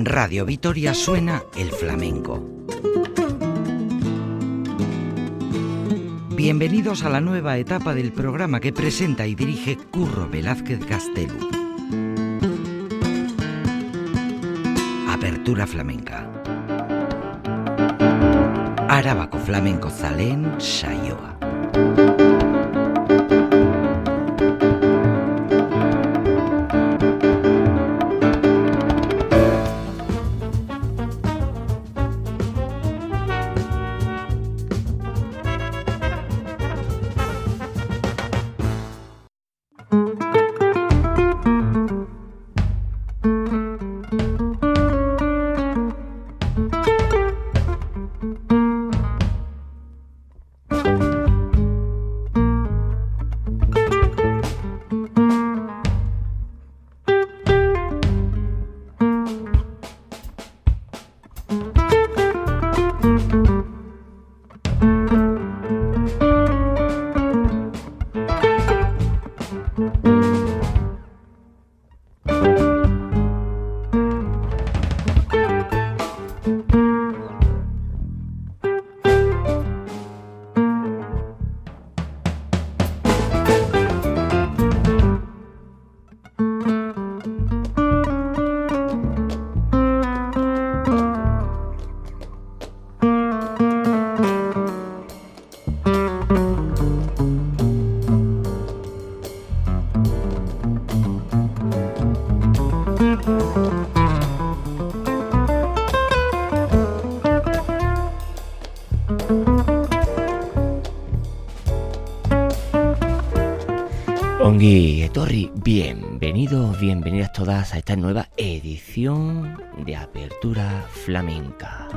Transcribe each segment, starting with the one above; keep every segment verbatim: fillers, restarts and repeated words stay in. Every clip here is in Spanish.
En Radio Vitoria suena el flamenco. Bienvenidos a la nueva etapa del programa que presenta y dirige Curro Velázquez Gaztelu. Apertura flamenca. Arabako flamenco zaleen saioa. Ongi etorri, bienvenidos, bienvenidas todas a esta nueva edición de Apertura Flamenca.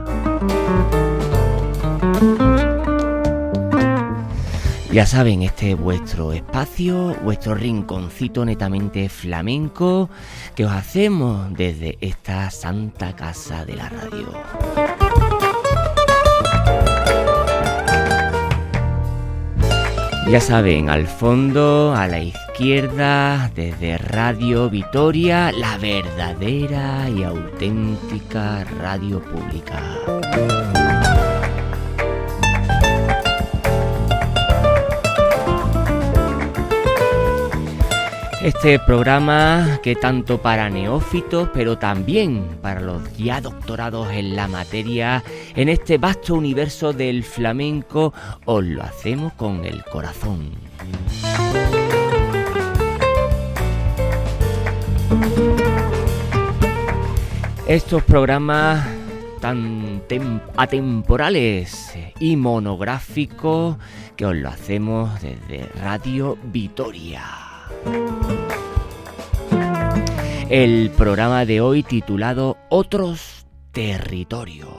Ya saben, este es vuestro espacio, vuestro rinconcito netamente flamenco que os hacemos desde esta santa casa de la radio. Ya saben, al fondo, a la izquierda, desde Radio Vitoria, la verdadera y auténtica radio pública. Este programa que tanto para neófitos, pero también para los ya doctorados en la materia, en este vasto universo del flamenco, os lo hacemos con el corazón. Estos programas tan tem- atemporales y monográficos que os lo hacemos desde Radio Vitoria. El programa de hoy titulado Otros Territorios.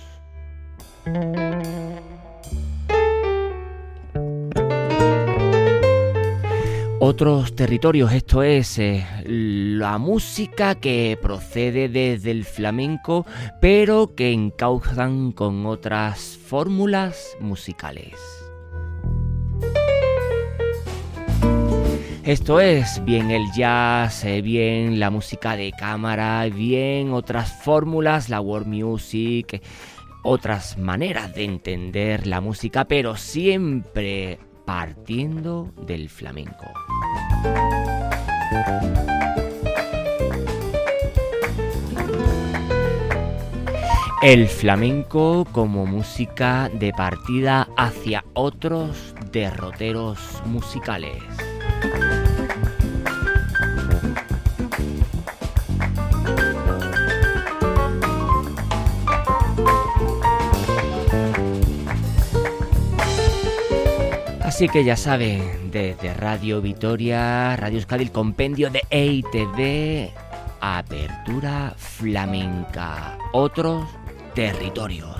Otros territorios, esto es eh, la música que procede desde el flamenco, pero que encauzan con otras fórmulas musicales. Esto es, bien el jazz, bien la música de cámara, bien otras fórmulas, la world music, otras maneras de entender la música, pero siempre partiendo del flamenco. El flamenco como música de partida hacia otros derroteros musicales. Así que ya saben, desde Radio Vitoria, Radio Euskadi, el compendio de E I T V, Apertura Flamenca, otros territorios.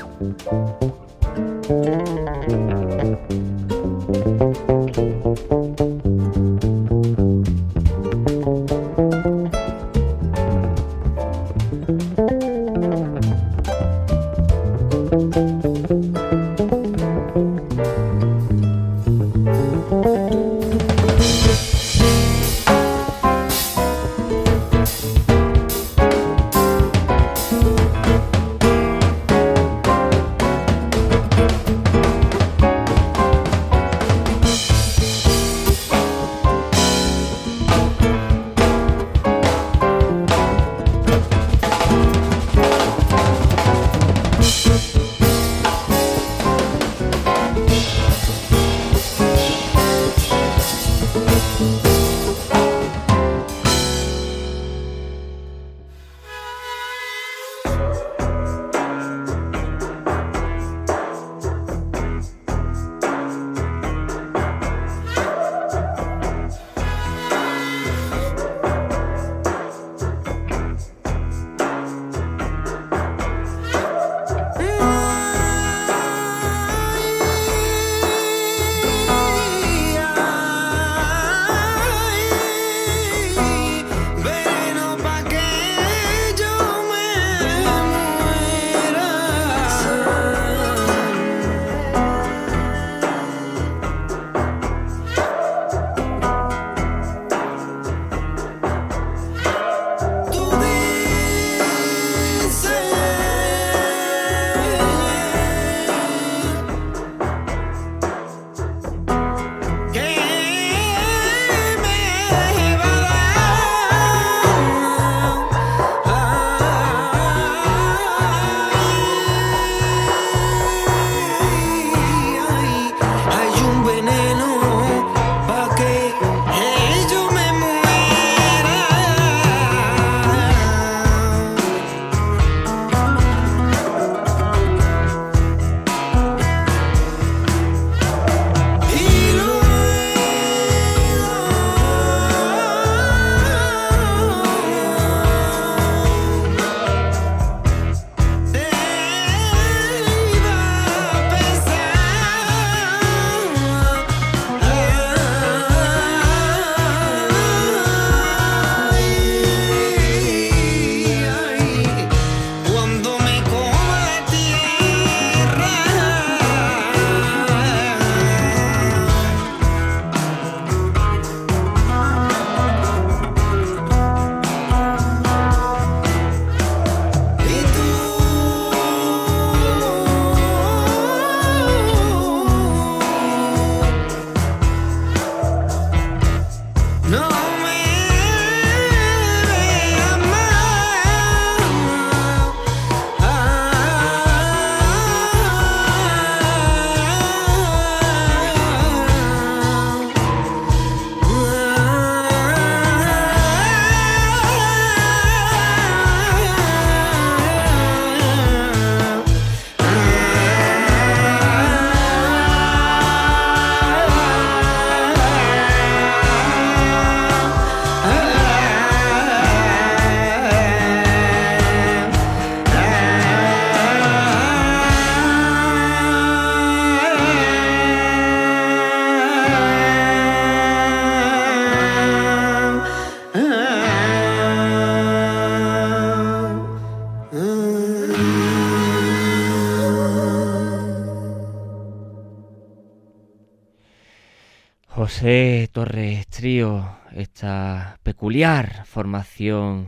José Torres Trío, esta peculiar formación,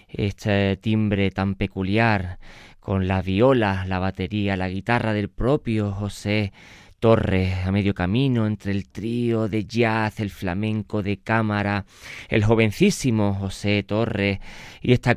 este timbre tan peculiar, con la viola, la batería, la guitarra del propio José Torres, a medio camino entre el trío de jazz, el flamenco de cámara, el jovencísimo José Torres y esta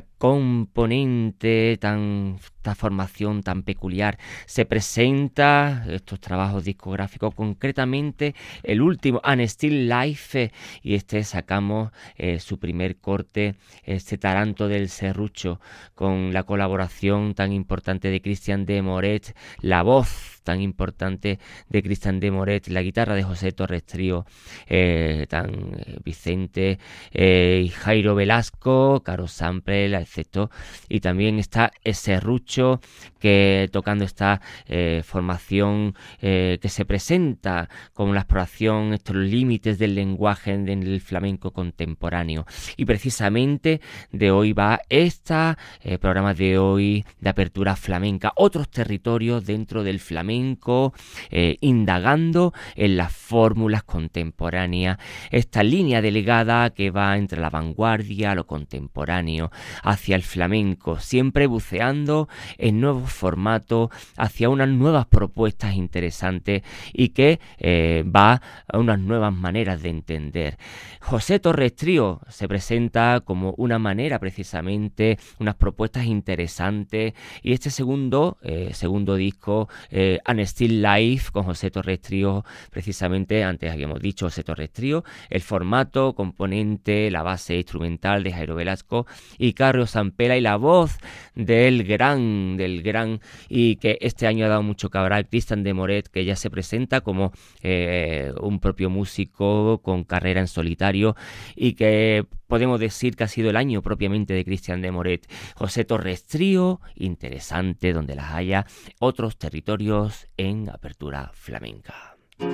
componente tan, esta formación tan peculiar. Se presenta estos trabajos discográficos, concretamente el último, And Still Life, y este sacamos eh, su primer corte, este Taranto del Serrucho, con la colaboración tan importante de Christian de Moret, la voz tan importante de Christian de Moret, la guitarra de José Torres Trío, eh, tan eh, Vicente eh, y Jairo Velasco, Caro Sample, la excepto. Y también está Serrucho, que tocando esta eh, formación eh, que se presenta como la exploración, estos límites del lenguaje en el flamenco contemporáneo. Y precisamente de hoy va este eh, programa de hoy de apertura flamenca, otros territorios dentro del flamenco, eh, indagando en las fórmulas contemporáneas, esta línea delegada que va entre la vanguardia, lo contemporáneo, hacia el flamenco, siempre buceando en nuevos formatos, hacia unas nuevas propuestas interesantes y que eh, va a unas nuevas maneras de entender. José Torres Trío se presenta como una manera, precisamente, unas propuestas interesantes, y este segundo, eh, segundo disco, eh, An Still Life, con José Torres Trío, precisamente, antes habíamos dicho José Torres Trío, el formato, componente, la base instrumental de Jairo Velasco y Carlos Zampela, y la voz del gran, del gran, y que este año ha dado mucho que hablar, Cristian de Moret, que ya se presenta como eh, un propio músico con carrera en solitario, y que podemos decir que ha sido el año propiamente de Cristian de Moret. José Torres Trío, interesante donde las haya, otros territorios en apertura flamenca.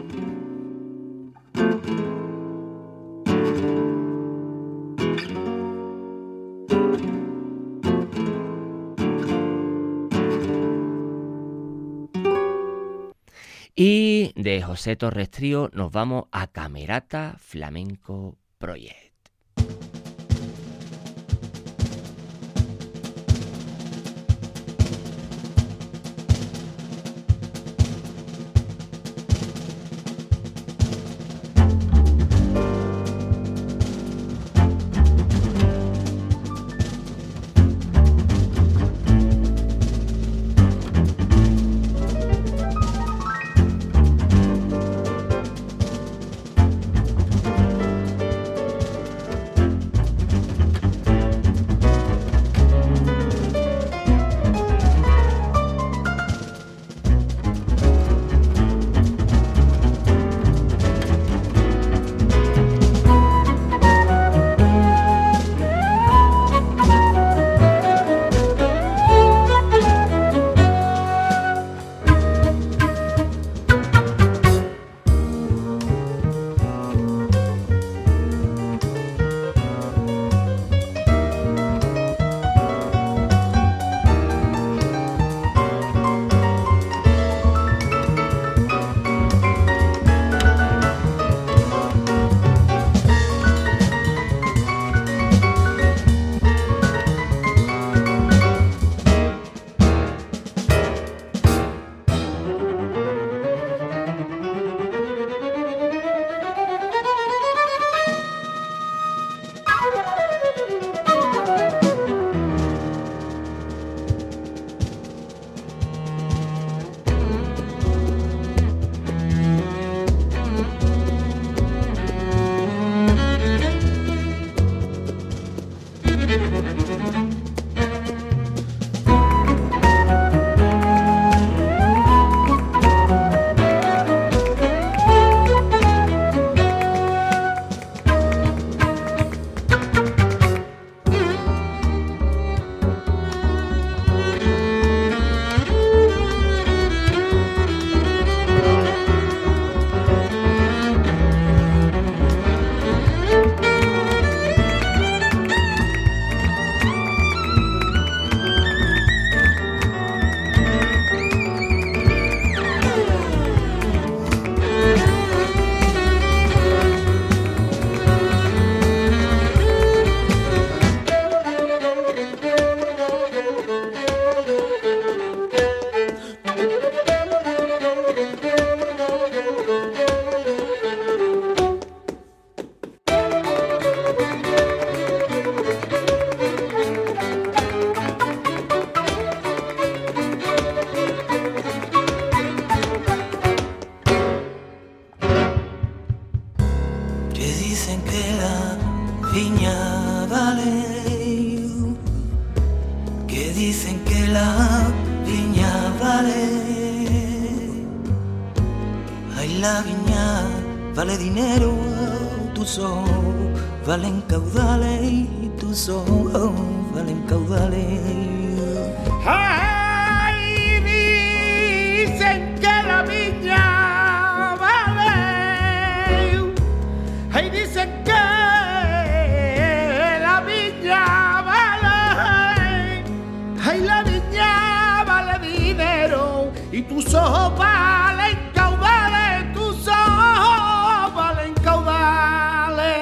Y de José Torres Trío nos vamos a Camerata Flamenco Project. la viña vale dinero, tus ojos valen caudales y tus ojos valen valen caudales. ¡Ay! Dicen que la viña vale. ¡Ay! Dicen que la viña vale. ¡Ay! La viña vale dinero y tus ojos valen caudales. Tus ojos valen caudales.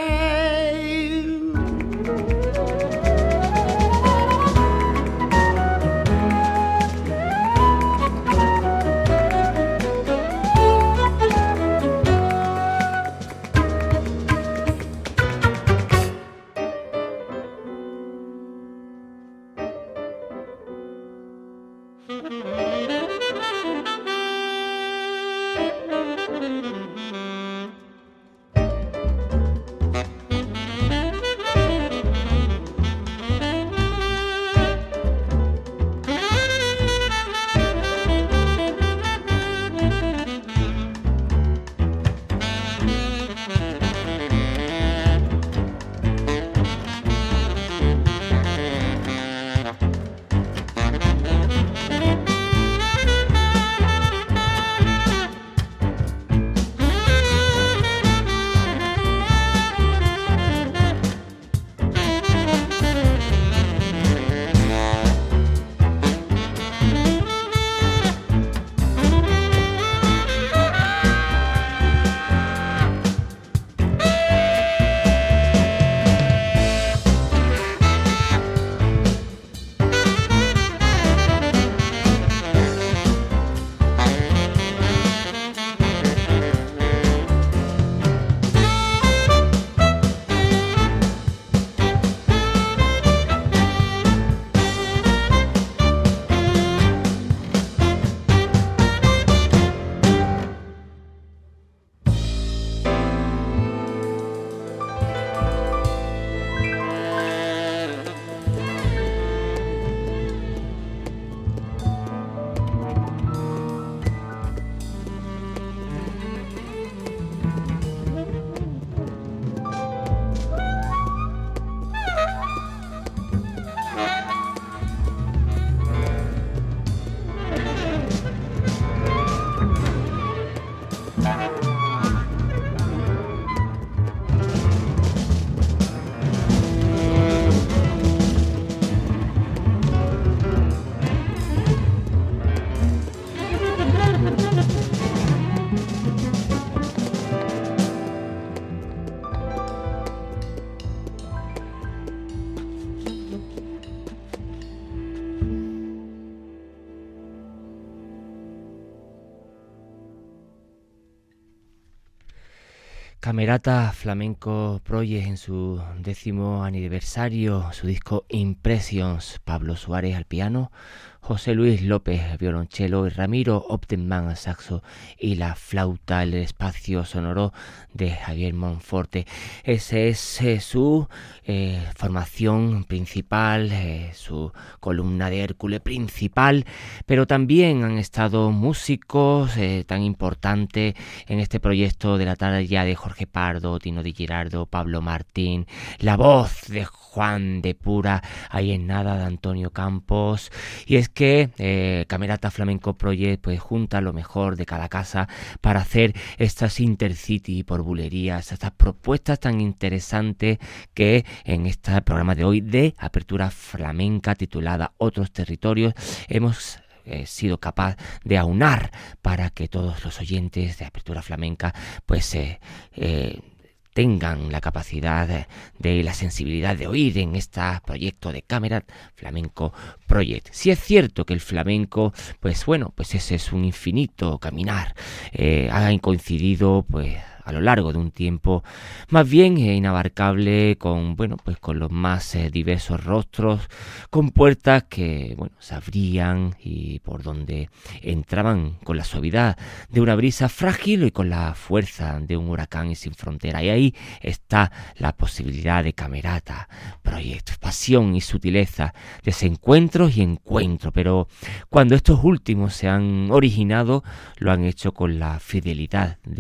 Camerata Flamenco Project en su décimo aniversario, su disco Impressions, Pablo Suárez al piano, José Luis López al violonchelo y Ramiro Optenman al saxo y la flauta, el espacio sonoro de Javier Monforte. Esa es eh, su eh, formación principal, eh, su columna de Hércules principal, pero también han estado músicos eh, tan importantes en este proyecto de la talla de Jorge Pardo, Tino Di Girardo, Pablo Martín, la voz de Juan de Pura, ahí en nada, de Antonio Campos. Y es que eh, Camerata Flamenco Project pues junta lo mejor de cada casa para hacer estas intercity por bulerías, estas propuestas tan interesantes que en este programa de hoy de Apertura Flamenca titulada Otros Territorios hemos He sido capaz de aunar para que todos los oyentes de Apertura Flamenca pues eh, eh, tengan la capacidad de, de la sensibilidad de oír en este proyecto de Camerata Flamenco Project. Si es cierto que el flamenco, pues bueno, pues ese es un infinito caminar, eh, ha coincidido pues a lo largo de un tiempo más bien eh, inabarcable con bueno pues con los más eh, diversos rostros, con puertas que bueno se abrían y por donde entraban con la suavidad de una brisa frágil y con la fuerza de un huracán y sin frontera. Y ahí está la posibilidad de Camerata Project, pasión y sutileza, desencuentros y encuentros, pero cuando estos últimos se han originado lo han hecho con la fidelidad de un pacto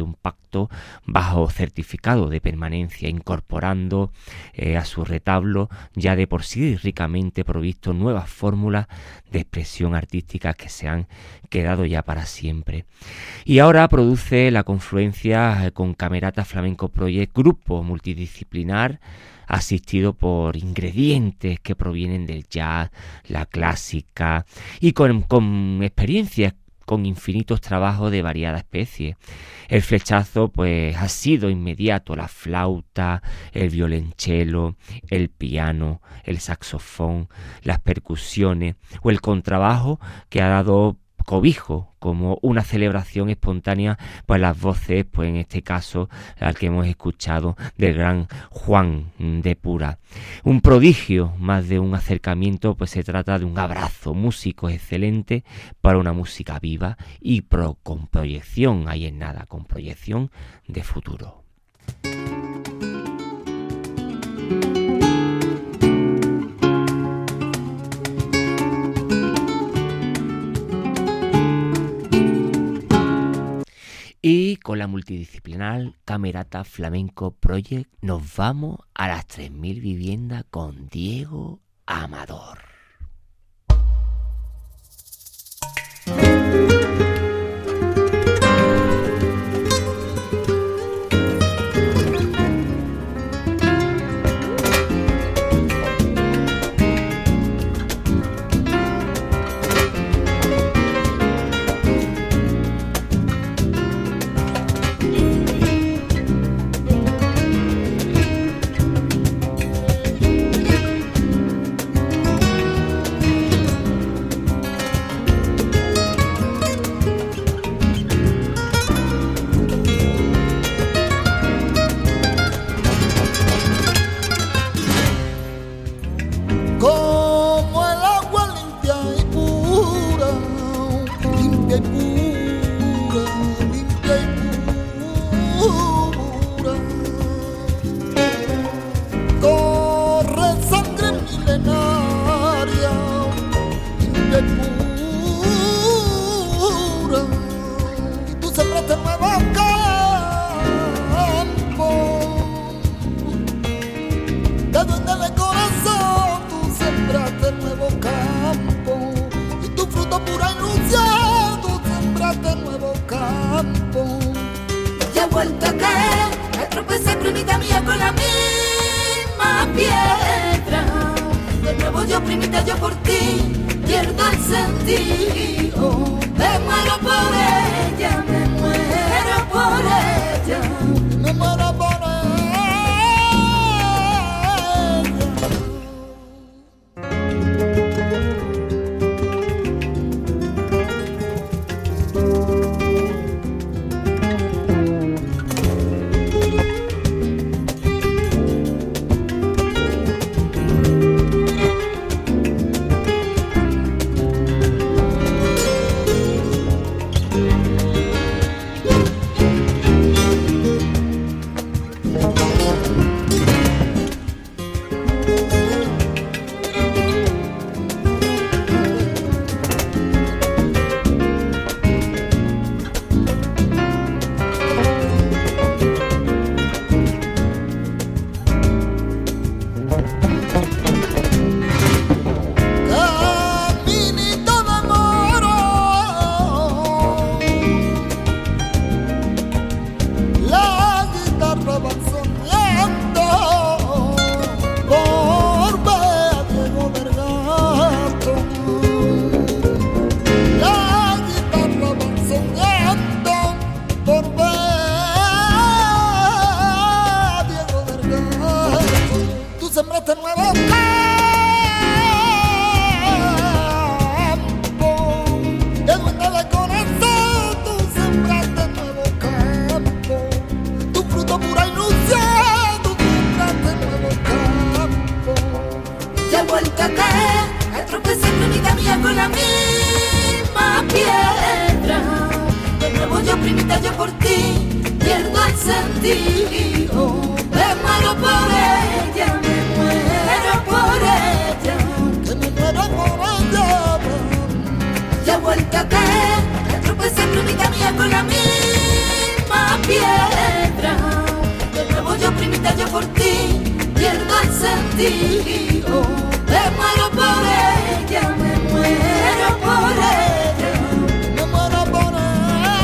ornato bajo certificado de permanencia, incorporando eh, a su retablo ya de por sí ricamente provisto nuevas fórmulas de expresión artística que se han quedado ya para siempre. Y ahora produce la confluencia con Camerata Flamenco Project, grupo multidisciplinar asistido por ingredientes que provienen del jazz, la clásica y con, con experiencias, con infinitos trabajos de variada especie. El flechazo pues ha sido inmediato: la flauta, el violonchelo, el piano, el saxofón, las percusiones o el contrabajo, que ha dado cobijo como una celebración espontánea, pues las voces, pues en este caso al que hemos escuchado, del gran Juan de Pura. Un prodigio, más de un acercamiento, pues se trata de un abrazo músico excelente para una música viva y pro, con proyección, ahí en nada, con proyección de futuro. Y con la multidisciplinar Camerata Flamenco Project nos vamos a las tres mil viviendas con Diego Amador. Vuelta a caer, tropecé en mi camino con la misma piel. contigo. Me muero por ella, me muero por ella, me muero por ella.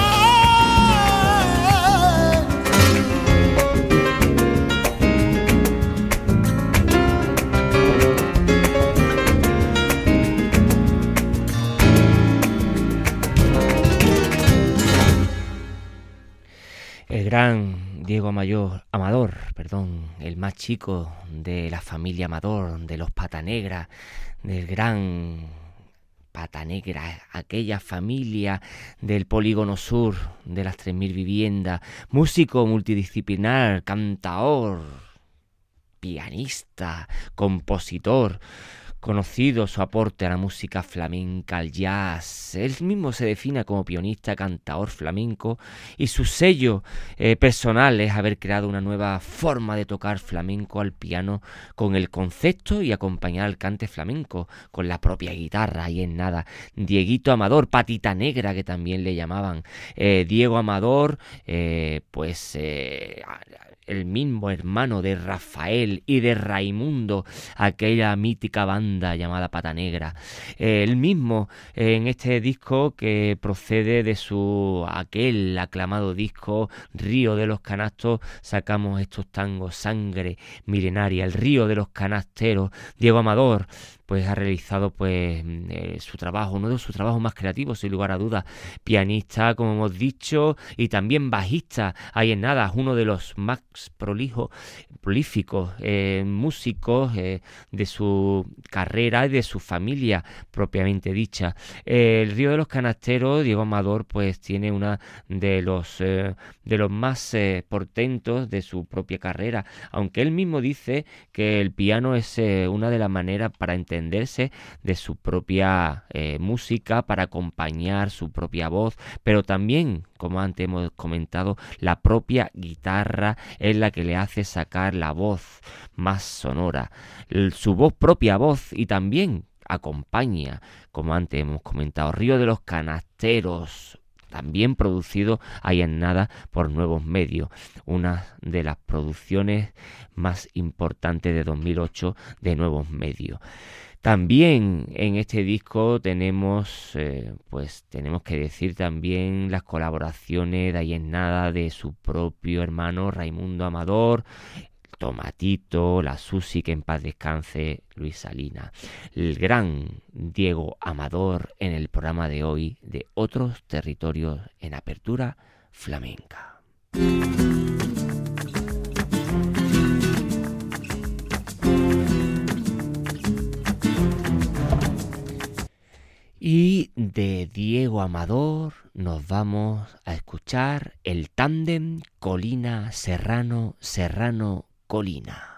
El gran Diego Amayor, Amador, perdón, el más chico de la familia Amador, de los Pata Negra, del gran Pata Negra, aquella familia del Polígono Sur, de las tres mil viviendas, músico multidisciplinar, cantaor, pianista, compositor, conocido su aporte a la música flamenca, al jazz. Él mismo se define como pianista, cantaor flamenco, y su sello eh, personal es haber creado una nueva forma de tocar flamenco al piano con el concepto y acompañar al cante flamenco con la propia guitarra. Y en nada, Dieguito Amador, Patita Negra que también le llamaban, eh, Diego Amador, eh, pues... Eh, el mismo hermano de Rafael y de Raimundo, aquella mítica banda llamada Pata Negra. Eh, el mismo eh, en este disco que procede de su aquel aclamado disco Río de los Canastos, sacamos estos tangos, Sangre Milenaria, el Río de los Canasteros. Diego Amador pues ha realizado pues eh, su trabajo, uno de sus trabajos más creativos, sin lugar a dudas. Pianista, como hemos dicho, y también bajista. Ahí en nada, uno de los más prolijos, prolíficos eh, músicos eh, de su carrera y de su familia propiamente dicha. Eh, el Río de los Canasteros, Diego Amador, pues tiene una de los eh, de los más eh, portentos de su propia carrera, aunque él mismo dice que el piano es eh, una de las maneras para entender de su propia eh, música, para acompañar su propia voz, pero también, como antes hemos comentado, la propia guitarra es la que le hace sacar la voz más sonora, su voz, propia voz, y también acompaña, como antes hemos comentado, Río de los Canasteros, también producido ahí en nada por Nuevos Medios, una de las producciones más importantes de dos mil ocho de Nuevos Medios. También en este disco tenemos, eh, pues tenemos que decir también las colaboraciones de ahí en nada de su propio hermano Raimundo Amador, Tomatito, la Susi, que en paz descanse, Luis Salinas. El gran Diego Amador en el programa de hoy de Otros Territorios en Apertura Flamenca. Y de Diego Amador nos vamos a escuchar el tándem Colina Serrano, Serrano Colina.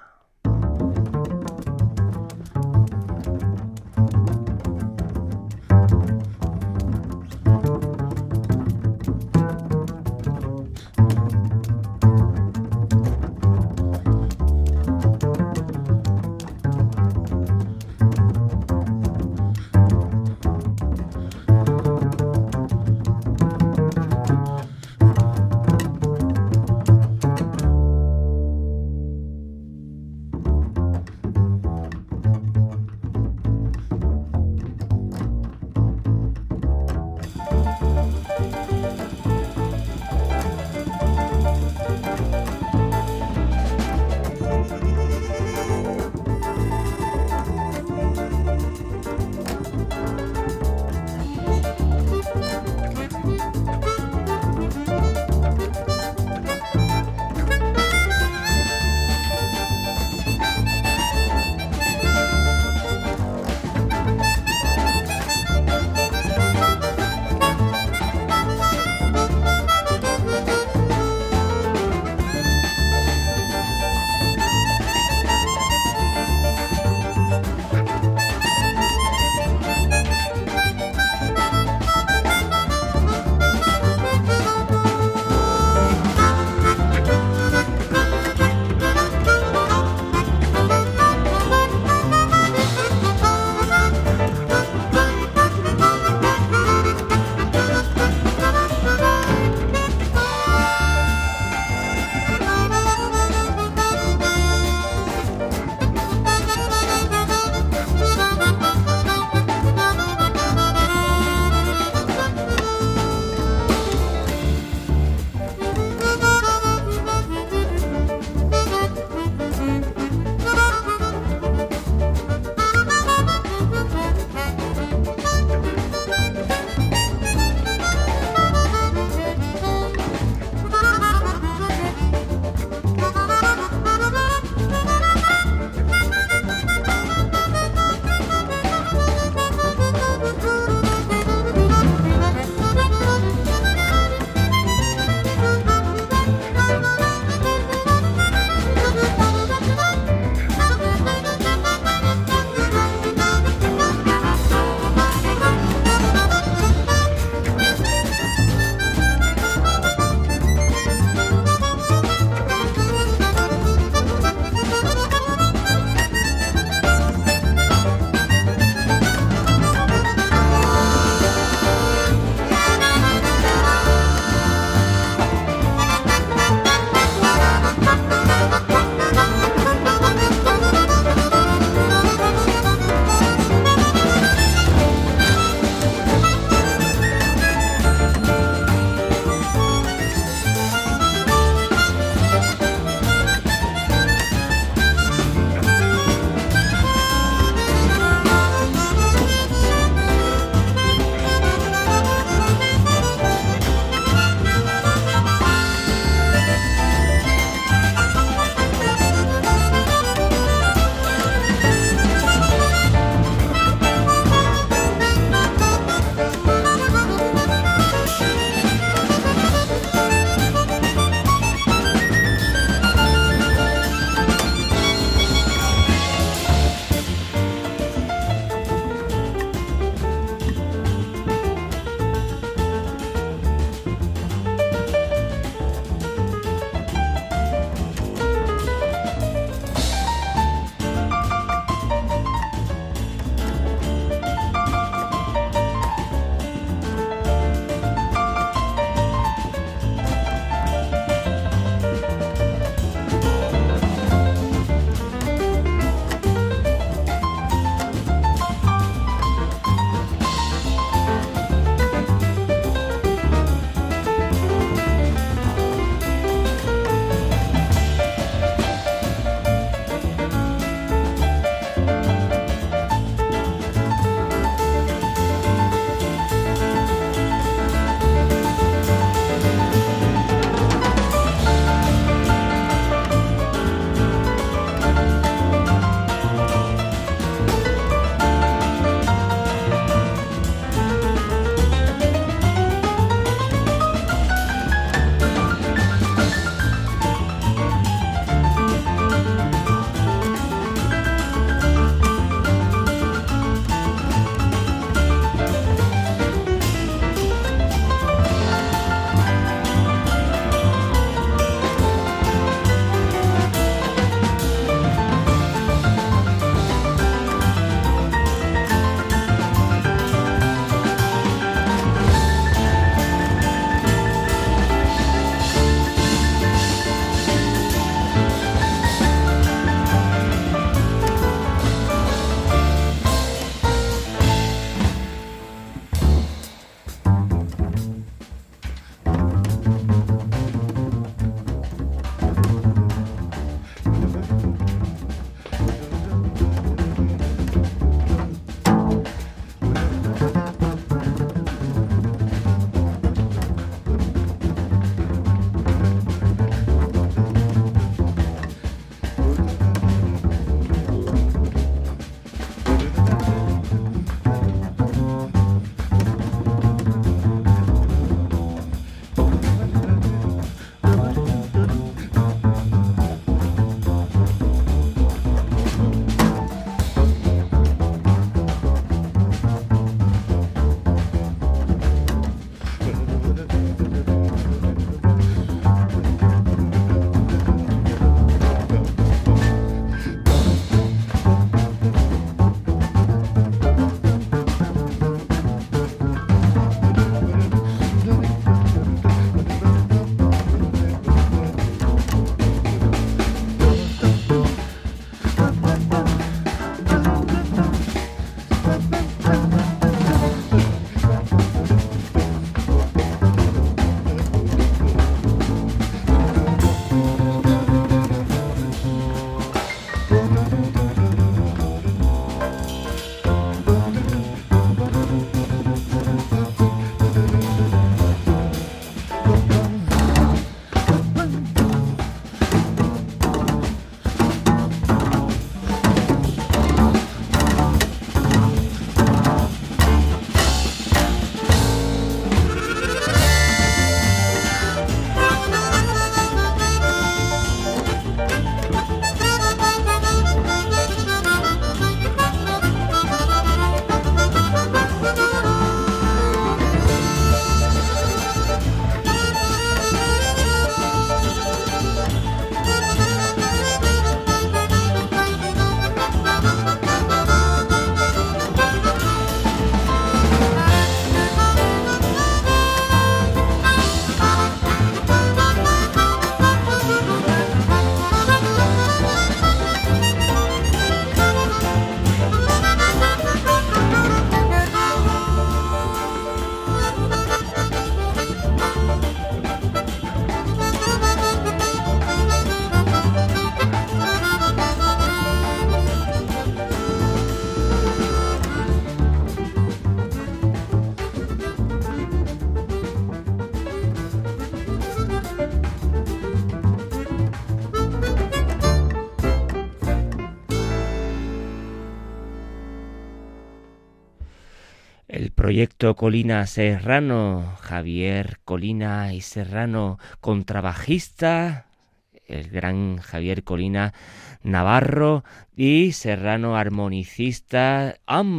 Proyecto Colina Serrano, Javier Colina y Serrano, contrabajista, el gran Javier Colina Navarro, y Serrano armonicista,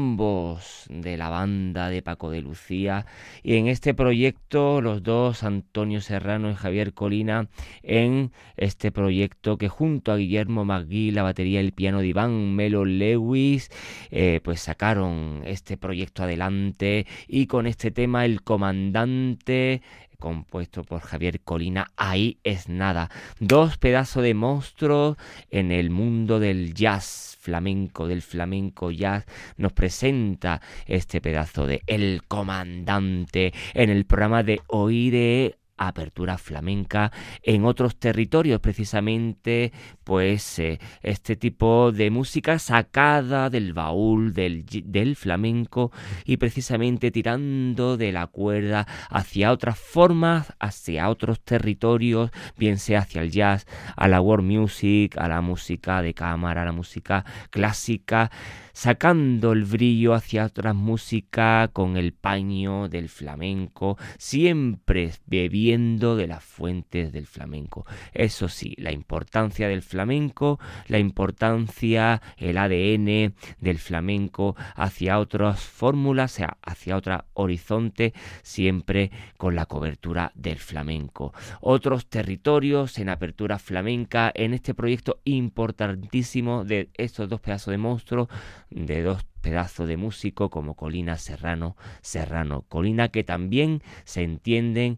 ambos de la banda de Paco de Lucía. Y en este proyecto los dos, Antonio Serrano y Javier Colina, en este proyecto que junto a Guillermo McGee, la batería y el piano de Iván Melo Lewis, eh, pues sacaron este proyecto adelante, y con este tema El Comandante, compuesto por Javier Colina, Ahí es nada. Dos pedazos de monstruos en el mundo del jazz flamenco, del flamenco jazz, nos presenta este pedazo de El Comandante en el programa de Oíre Apertura Flamenca en otros territorios, precisamente pues eh, este tipo de música sacada del baúl del, del flamenco, y precisamente tirando de la cuerda hacia otras formas, hacia otros territorios, bien sea hacia el jazz, a la world music, a la música de cámara, a la música clásica, sacando el brillo hacia otras músicas con el paño del flamenco, siempre bebiendo de las fuentes del flamenco. Eso sí, la importancia del flamenco, la importancia, el A D N del flamenco hacia otras fórmulas, hacia otro horizonte, siempre con la cobertura del flamenco. Otros territorios en Apertura Flamenca, en este proyecto importantísimo de estos dos pedazos de monstruos, de dos pedazos de músico como Colina Serrano, Serrano Colina, que también se entienden,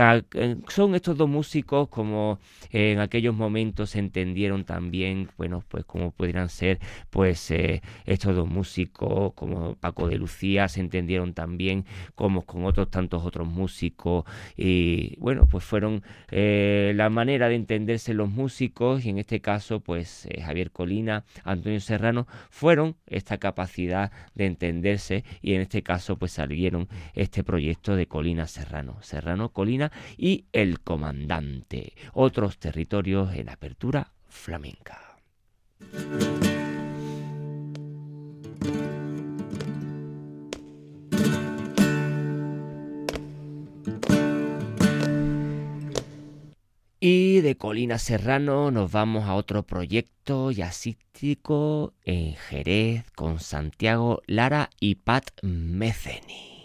que son estos dos músicos como en aquellos momentos se entendieron también, bueno, pues como pudieran ser pues eh, estos dos músicos como Paco de Lucía, se entendieron también como con otros tantos otros músicos, y bueno, pues fueron eh, la manera de entenderse los músicos, y en este caso pues eh, Javier Colina, Antonio Serrano, fueron esta capacidad de entenderse, y en este caso pues salieron este proyecto de Colina Serrano, Serrano Colina y El Comandante, otros territorios en Apertura Flamenca. Y de Colina Serrano nos vamos a otro proyecto jazzístico en Jerez con Santiago Lara y Pat Metheny.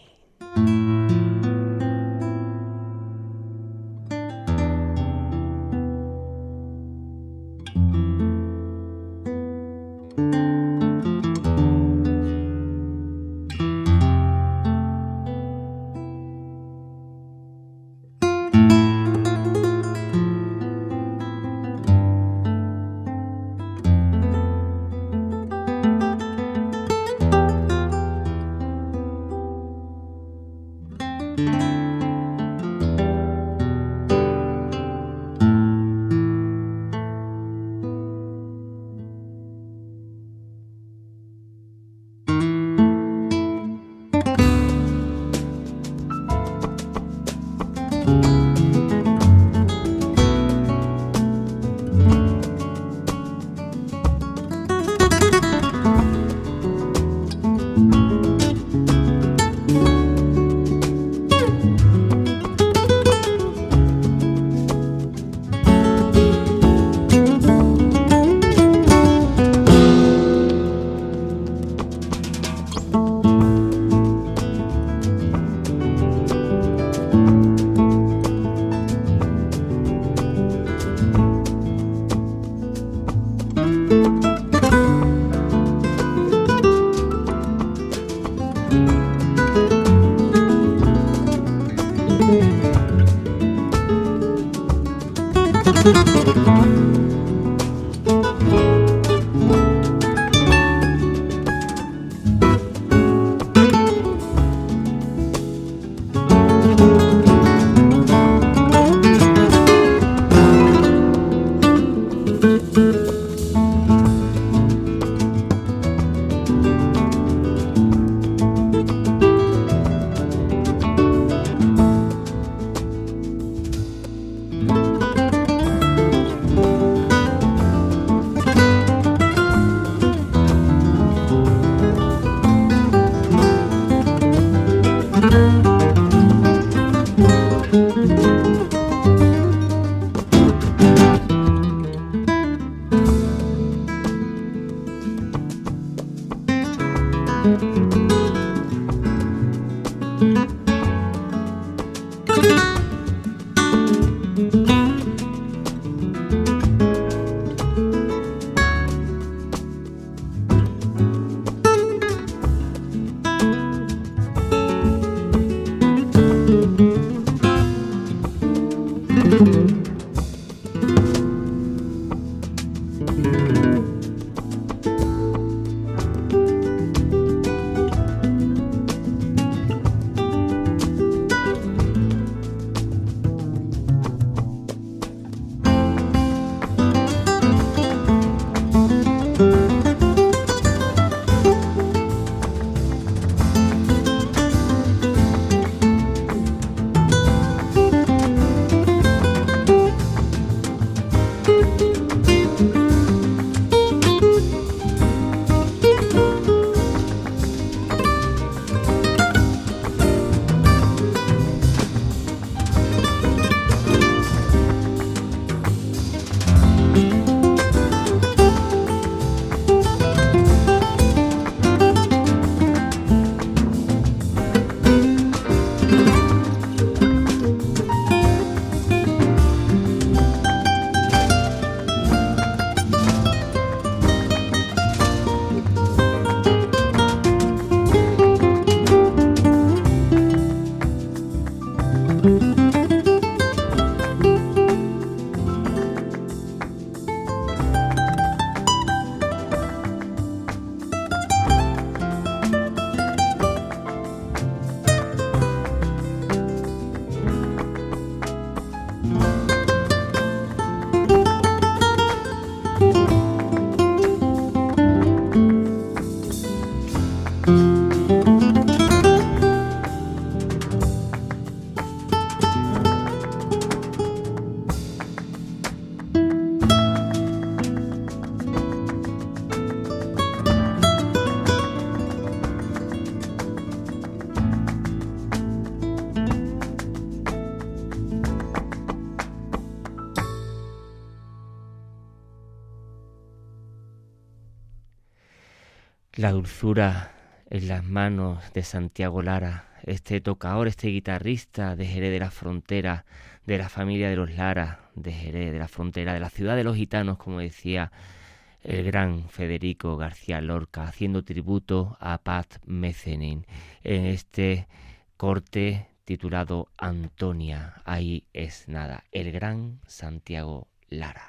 La dulzura en las manos de Santiago Lara, este tocador, este guitarrista de Jerez de la Frontera, de la familia de los Lara, de Jerez de la Frontera, de la ciudad de los gitanos, como decía el gran Federico García Lorca, haciendo tributo a Pat Metheny en este corte titulado Antonia. Ahí es nada, el gran Santiago Lara.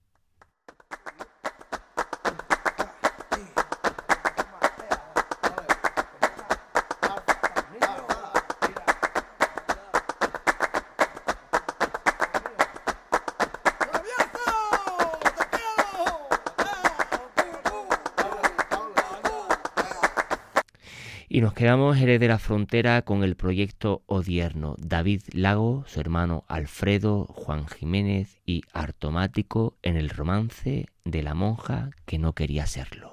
Y nos quedamos Jerez de la Frontera con el proyecto Odierno. David Lago, su hermano Alfredo, Juan Jiménez y Artomático en el romance de la monja que no quería serlo.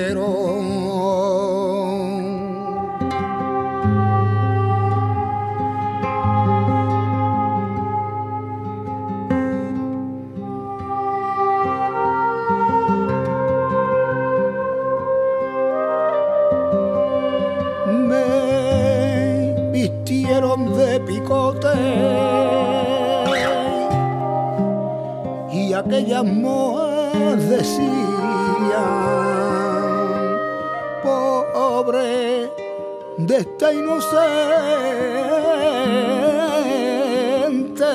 De picote y aquellas moas decían: pobre de esta inocente.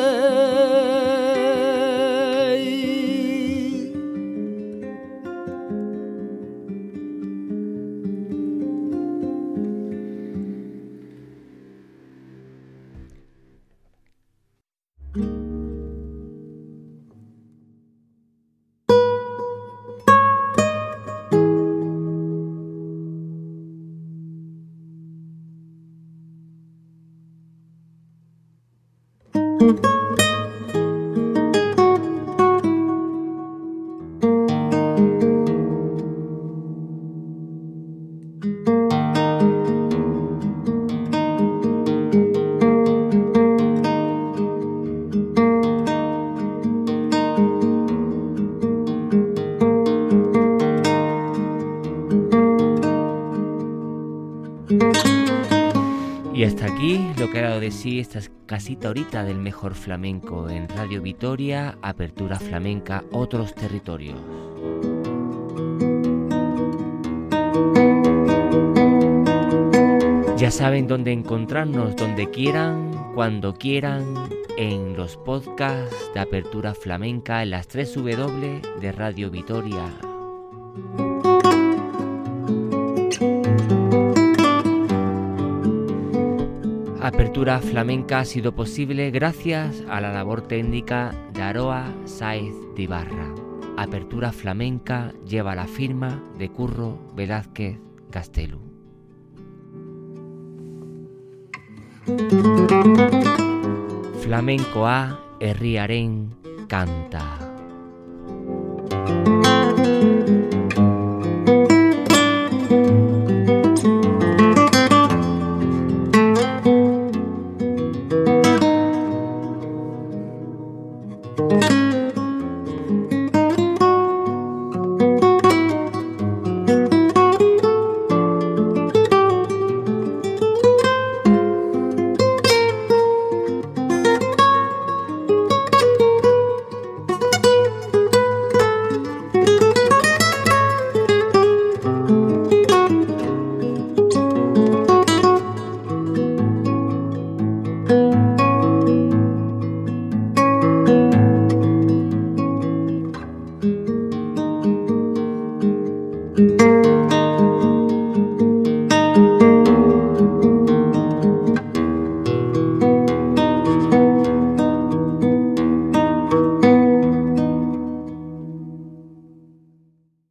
Y hasta aquí lo que ha dado de sí esta casita ahorita del mejor flamenco en Radio Vitoria, Apertura Flamenca, Otros Territorios. Ya saben dónde encontrarnos, donde quieran, cuando quieran, en los podcasts de Apertura Flamenca, en las tres W de Radio Vitoria. Apertura Flamenca ha sido posible gracias a la labor técnica de Aroa Sáez de Ibarra. Apertura Flamenca lleva la firma de Curro Velázquez Gastelu. Flamencoa herriaren kanta.